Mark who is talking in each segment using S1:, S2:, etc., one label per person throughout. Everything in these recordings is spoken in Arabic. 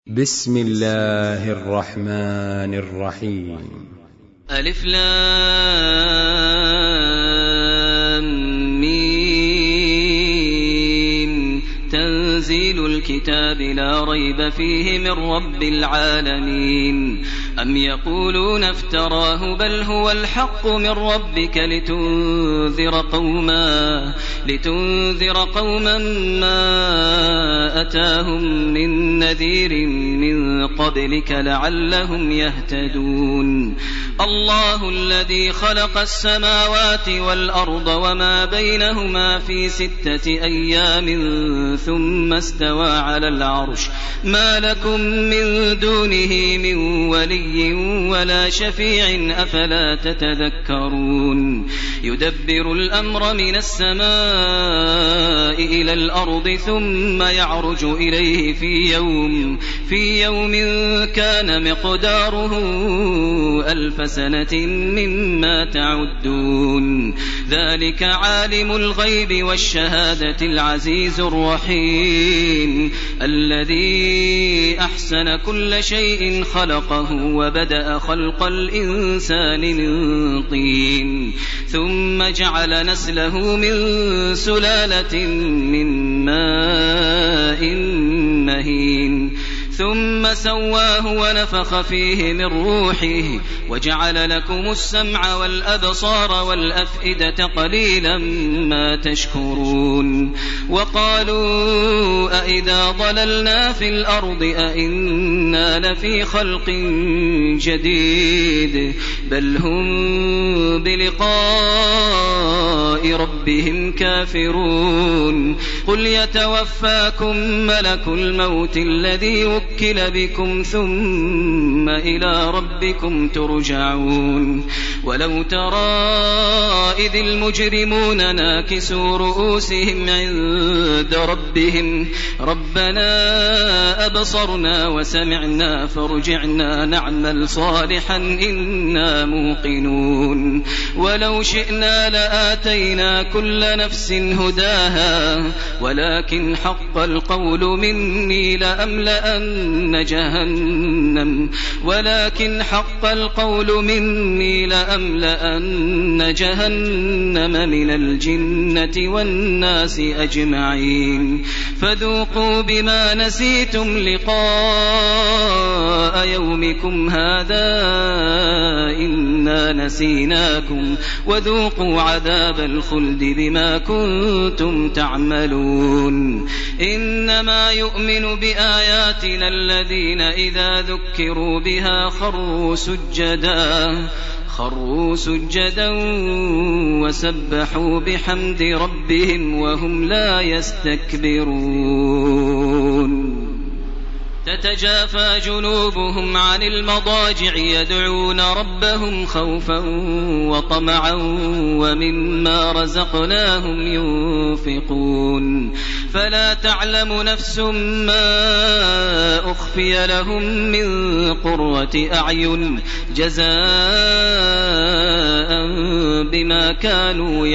S1: بسم الله الرحمن الرحيم.
S2: ألف لام ميم. تنزيل الكتاب لا ريب فيه من رب العالمين. أم يقولون افتراه بل هو الحق من ربك لتنذر قوما ما أتاهم من نذير من قبلك لعلهم يهتدون. الله الذي خلق السماوات والأرض وما بينهما في 6 أيام ثم استوى على العرش ما لكم من دونه من ولي ولا شفيع أفلا تتذكرون. يدبر الأمر من السماء إلى الأرض ثم يعرج إليه في يوم كان مقداره 1000 سنة مما تعدون. ذلك عالم الغيب والشهادة العزيز الرحيم الذي أحسن كل شيء خلقه وبدأ خلق الإنسان من طين ثم جعل نسله من سلالة من ماء مهين ثم سواه ونفخ فيه من روحه وجعل لكم السمع والأبصار والأفئدة قليلا ما تشكرون. وقالوا أئذا ضللنا في الأرض أئنا لفي خلق جديد بل هم بلقاء ربهم كافرون. قل يتوفاكم ملك الموت الذي وكل بكم ثم إلى ربكم ترجعون. ولو ترى إذ المجرمون ناكسوا رؤوسهم عند ربهم ربنا أبصرنا وسمعنا فارجعنا نعمل صالحا إنا موقنون. ولو شئنا لآتينا كل نفس هداها ولكن حق القول مني لأملأن جهنم من الجنة والناس أجمعين. فذوقوا بما نسيتم لقاء يومكم هذا إنا نسيناكم وذوقوا عذاب الخلد بما كنتم تعملون. إنما يؤمن بآياتنا الذين إذا ذكروا بها خروا سجدا وسبحوا بحمد ربهم وهم لا يستكبرون. تتجافى جنوبهم عن المضاجع يدعون ربهم خوفا وطمعا ومما رزقناهم ينفقون. فلا تعلم نفس ما أخفي لهم من قرة أعين جزاء بما كانوا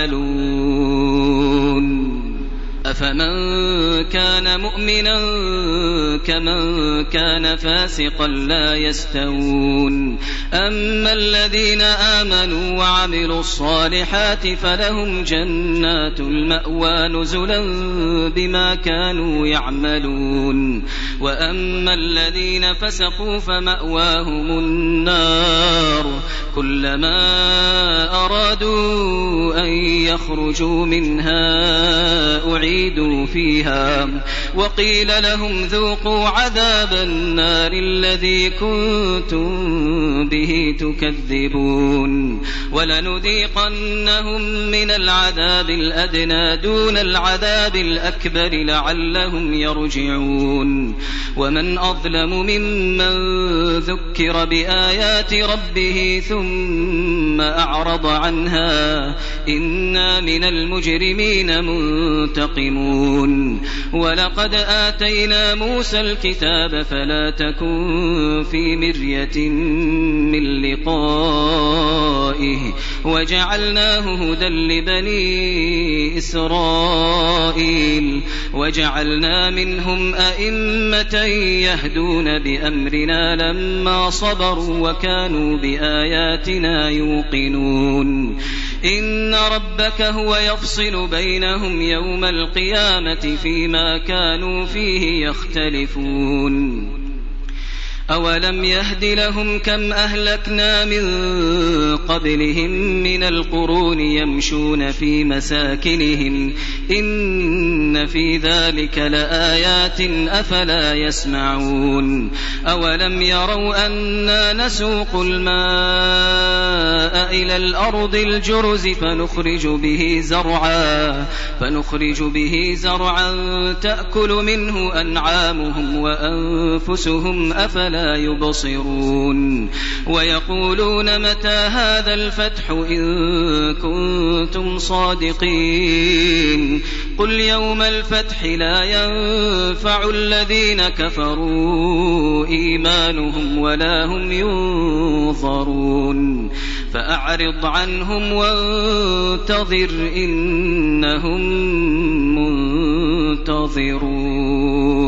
S2: يعملون. أفمن كان مؤمنا كمن كان فاسقا لا يستوون. أما الذين آمنوا وعملوا الصالحات فلهم جنات المأوى نزلا بما كانوا يعملون. وأما الذين فسقوا فمأواهم النار كلما أرادوا أن يخرجوا منها أعيدوا فيها وقيل لهم ذوقوا عذاب النار الذي كنتم به تكذبون. ولنذيقنهم من العذاب الأدنى دون العذاب الأكبر لعلهم يرجعون. ومن أظلم ممن ذكر بآيات ربه ثم أعرض عنها إنا من المجرمين منتقمون. ولقد آتينا موسى الكتاب فلا تكن في مرية من لقائه وجعلناه هدى لبني إسرائيل وجعلنا منهم أئمة أئمة يهدون بأمرنا لما صبروا وكانوا بآياتنا يوقنون إن ربك هو يفصل بينهم يوم القيامة فيما كانوا فيه يختلفون أولم يهد لهم كم أهلكنا من قبلهم من القرون يمشون في مساكنهم إن في ذلك لآيات أفلا يسمعون أولم يروا أنا نسوق الماء إلى الأرض الجرز فنخرج به زرعا تأكل منه أنعامهم وأنفسهم أفلا يبصرون ويقولون متى هذا الفتح إن كنتم صادقين قل يوم الفتح لا ينفع الذين كفروا إيمانهم ولا هم ينظرون فأعرض عنهم وانتظر إنهم منتظرون.